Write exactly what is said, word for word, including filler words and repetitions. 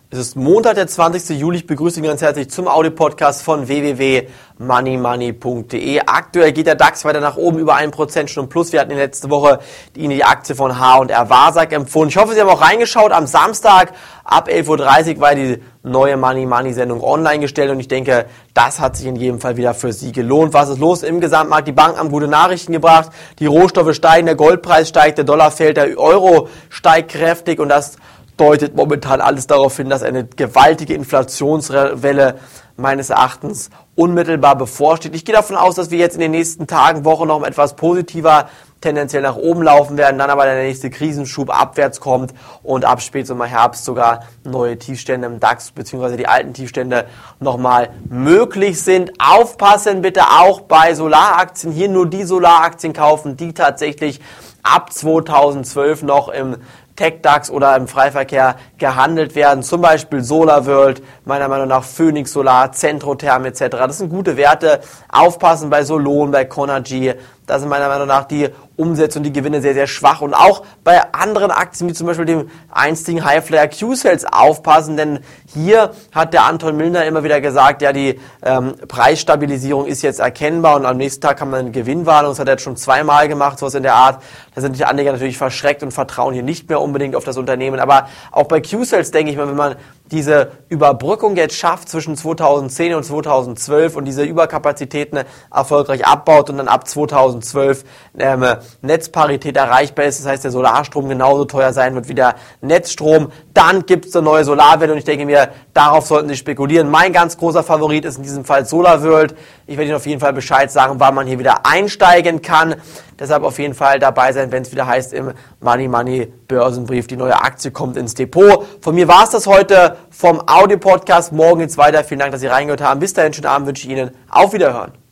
Es ist Montag, der zwanzigster Juli. Ich begrüße Sie ganz herzlich zum Audio-Podcast von w w w punkt money money punkt d e. Aktuell geht der DAX weiter nach oben, über ein Prozent schon plus. Wir hatten in der letzten Woche die, die Aktie von H und R Wahrsack empfohlen. Ich hoffe, Sie haben auch reingeschaut. Am Samstag ab elf Uhr dreißig war die neue Money Money Sendung online gestellt und ich denke, das hat sich in jedem Fall wieder für Sie gelohnt. Was ist los im Gesamtmarkt? Die Banken haben gute Nachrichten gebracht. Die Rohstoffe steigen, der Goldpreis steigt, der Dollar fällt, der Euro steigt kräftig und das deutet momentan alles darauf hin, dass eine gewaltige Inflationswelle meines Erachtens unmittelbar bevorsteht. Ich gehe davon aus, dass wir jetzt in den nächsten Tagen, Wochen noch etwas positiver tendenziell nach oben laufen werden, dann aber der nächste Krisenschub abwärts kommt und ab Spätsommer, Herbst sogar neue Tiefstände im DAX bzw. die alten Tiefstände nochmal möglich sind. Aufpassen bitte auch bei Solaraktien, hier nur die Solaraktien kaufen, die tatsächlich ab zweitausendzwölf noch im Tech-DAX oder im Freiverkehr gehandelt werden, zum Beispiel SolarWorld, meiner Meinung nach Phoenix Solar, Centrotherm et cetera. Das sind gute Werte. Aufpassen bei Solon, bei Conergy. Da sind meiner Meinung nach die Umsätze und die Gewinne sehr, sehr schwach. Und auch bei anderen Aktien, wie zum Beispiel dem einstigen Highflyer Q-Cells, aufpassen, denn hier hat der Anton Milner immer wieder gesagt, ja, die ähm, Preisstabilisierung ist jetzt erkennbar und am nächsten Tag haben wir eine Gewinnwarnung. Das hat er jetzt schon zweimal gemacht, sowas in der Art. Da sind die Anleger natürlich verschreckt und vertrauen hier nicht mehr unbedingt auf das Unternehmen. Aber auch bei Q-Cells denke ich mal, wenn man diese Überbrückung jetzt schafft zwischen zweitausendzehn und zweitausendzwölf und diese Überkapazitäten erfolgreich abbaut und dann ab zweitausendzwölf ähm, Netzparität erreichbar ist, das heißt der Solarstrom genauso teuer sein wird wie der Netzstrom, dann gibt es eine neue Solarwelle und ich denke mir, darauf sollten Sie spekulieren. Mein ganz großer Favorit ist in diesem Fall SolarWorld. Ich werde Ihnen auf jeden Fall Bescheid sagen, wann man hier wieder einsteigen kann. Deshalb auf jeden Fall dabei sein, wenn es wieder heißt im Money Money Börsenbrief, die neue Aktie kommt ins Depot. Von mir war es das heute vom Audio-Podcast. Morgen geht's weiter. Vielen Dank, dass Sie reingehört haben. Bis dahin, schönen Abend wünsche ich Ihnen. Auf Wiederhören.